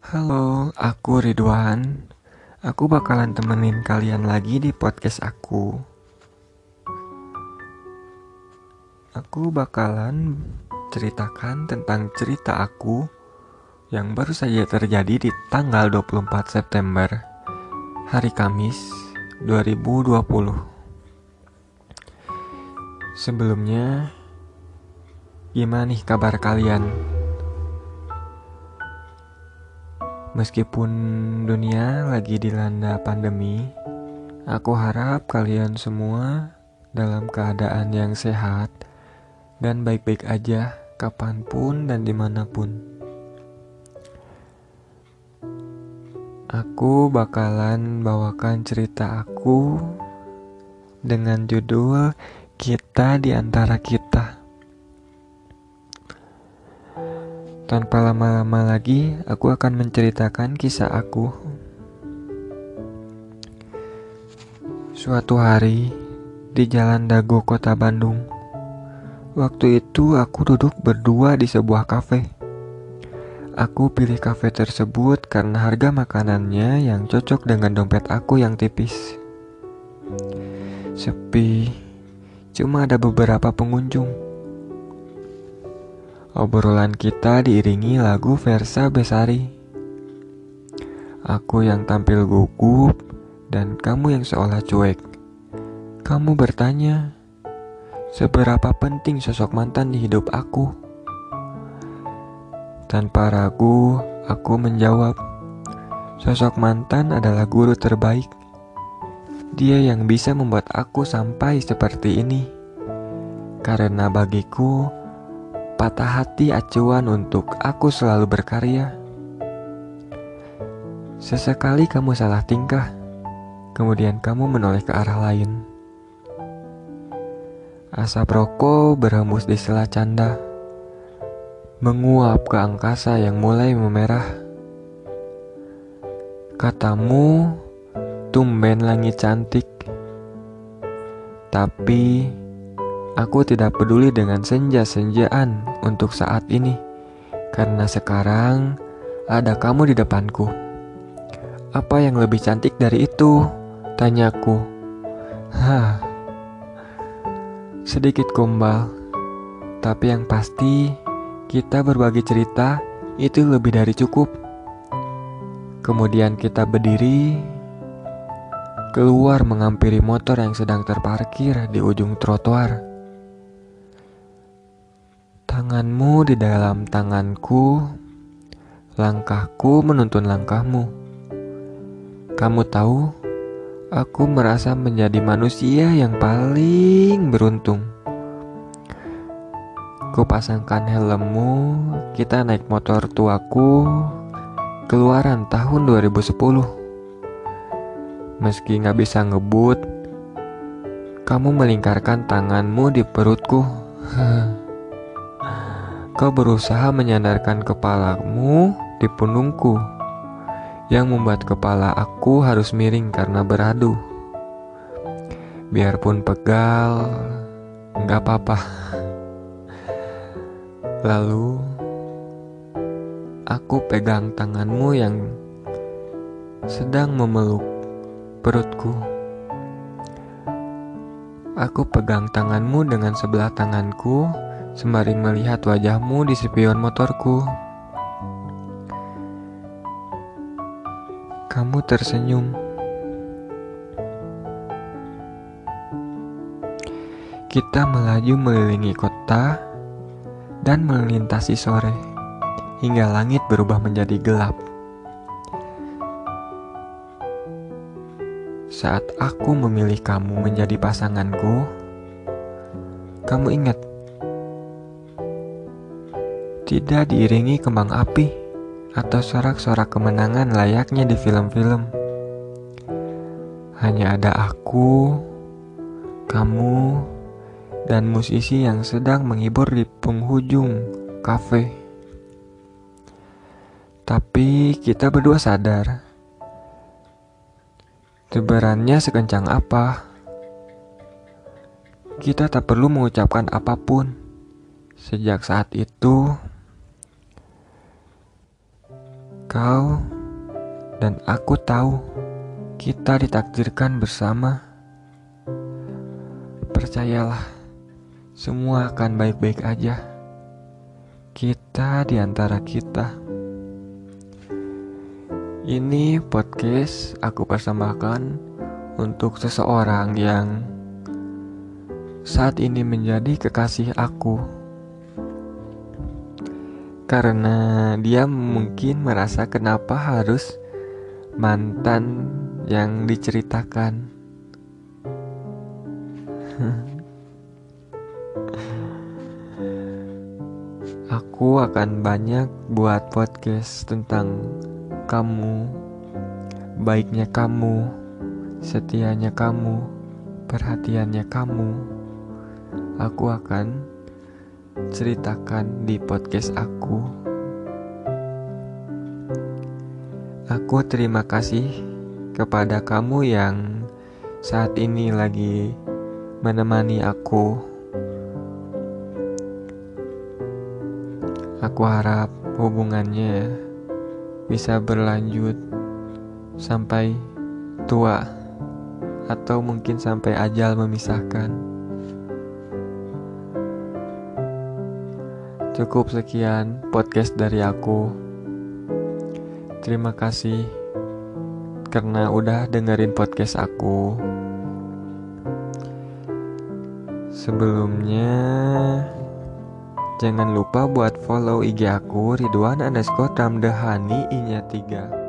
Halo, aku Ridwan. Aku bakalan temenin kalian lagi di podcast aku. Aku bakalan ceritakan tentang cerita aku yang baru saja terjadi di tanggal 24 September, hari Kamis 2020. Sebelumnya, gimana nih kabar kalian? Meskipun dunia lagi dilanda pandemi, aku harap kalian semua dalam keadaan yang sehat dan baik-baik aja kapanpun dan dimanapun. Aku bakalan bawakan cerita aku dengan judul Kita di Antara Kita. Tanpa lama-lama lagi, aku akan menceritakan kisah aku. Suatu hari, di Jalan Dago, Kota Bandung. Waktu itu aku duduk berdua di sebuah kafe. Aku pilih kafe tersebut karena harga makanannya yang cocok dengan dompet aku yang tipis. Sepi, cuma ada beberapa pengunjung. Obrolan kita diiringi lagu Versa Besari. Aku yang tampil gugup dan kamu yang seolah cuek. Kamu bertanya, seberapa penting sosok mantan di hidup aku? Tanpa ragu, aku menjawab, sosok mantan adalah guru terbaik. Dia yang bisa membuat aku sampai seperti ini. Karena bagiku, patah hati acuan untuk aku selalu berkarya. Sesekali kamu salah tingkah, kemudian kamu menoleh ke arah lain. Asap rokok berhembus di sela canda, menguap ke angkasa yang mulai memerah. Katamu, tumben langit cantik. Tapi aku tidak peduli dengan senja-senjaan untuk saat ini, karena sekarang ada kamu di depanku. Apa yang lebih cantik dari itu? Tanyaku. Sedikit gombal, tapi yang pasti kita berbagi cerita itu lebih dari cukup. Kemudian kita berdiri, keluar menghampiri motor yang sedang terparkir di ujung trotoar. Tanganmu di dalam tanganku, langkahku menuntun langkahmu. Kamu tahu, aku merasa menjadi manusia yang paling beruntung. Kupasangkan helmmu, kita naik motor tuaku, keluaran tahun 2010. Meski gak bisa ngebut, kamu melingkarkan tanganmu di perutku. Kau berusaha menyandarkan kepalamu di punggungku, yang membuat kepala aku harus miring karena beradu. Biarpun pegal, gak apa-apa. Lalu, aku pegang tanganmu yang sedang memeluk perutku. Aku pegang tanganmu dengan sebelah tanganku, sembari melihat wajahmu di spion motorku. Kamu tersenyum. Kita melaju mengelilingi kota dan melintasi sore, hingga langit berubah menjadi gelap. Saat aku memilih kamu menjadi pasanganku, kamu ingat, tidak diiringi kembang api atau sorak-sorak kemenangan layaknya di film-film. Hanya ada aku, kamu, dan musisi yang sedang menghibur di penghujung kafe. Tapi kita berdua sadar, tebarannya sekencang apa. Kita tak perlu mengucapkan apapun. Sejak saat itu, Kau dan aku tahu kita ditakdirkan bersama. Percayalah, semua akan baik-baik aja. Kita di antara kita. Ini podcast aku persembahkan untuk seseorang yang saat ini menjadi kekasih aku. Karena dia mungkin merasa kenapa harus mantan yang diceritakan. Aku akan banyak buat podcast tentang kamu, baiknya kamu, setianya kamu, perhatiannya kamu. Aku akan ceritakan di podcast aku. Aku terima kasih kepada kamu yang saat ini lagi menemani aku. Aku harap hubungannya bisa berlanjut sampai tua, atau mungkin sampai ajal memisahkan. Cukup sekian podcast dari aku. Terima kasih karena udah dengerin podcast aku. Sebelumnya, jangan lupa buat follow IG aku Ridwan_Ramdhani I-nya 3.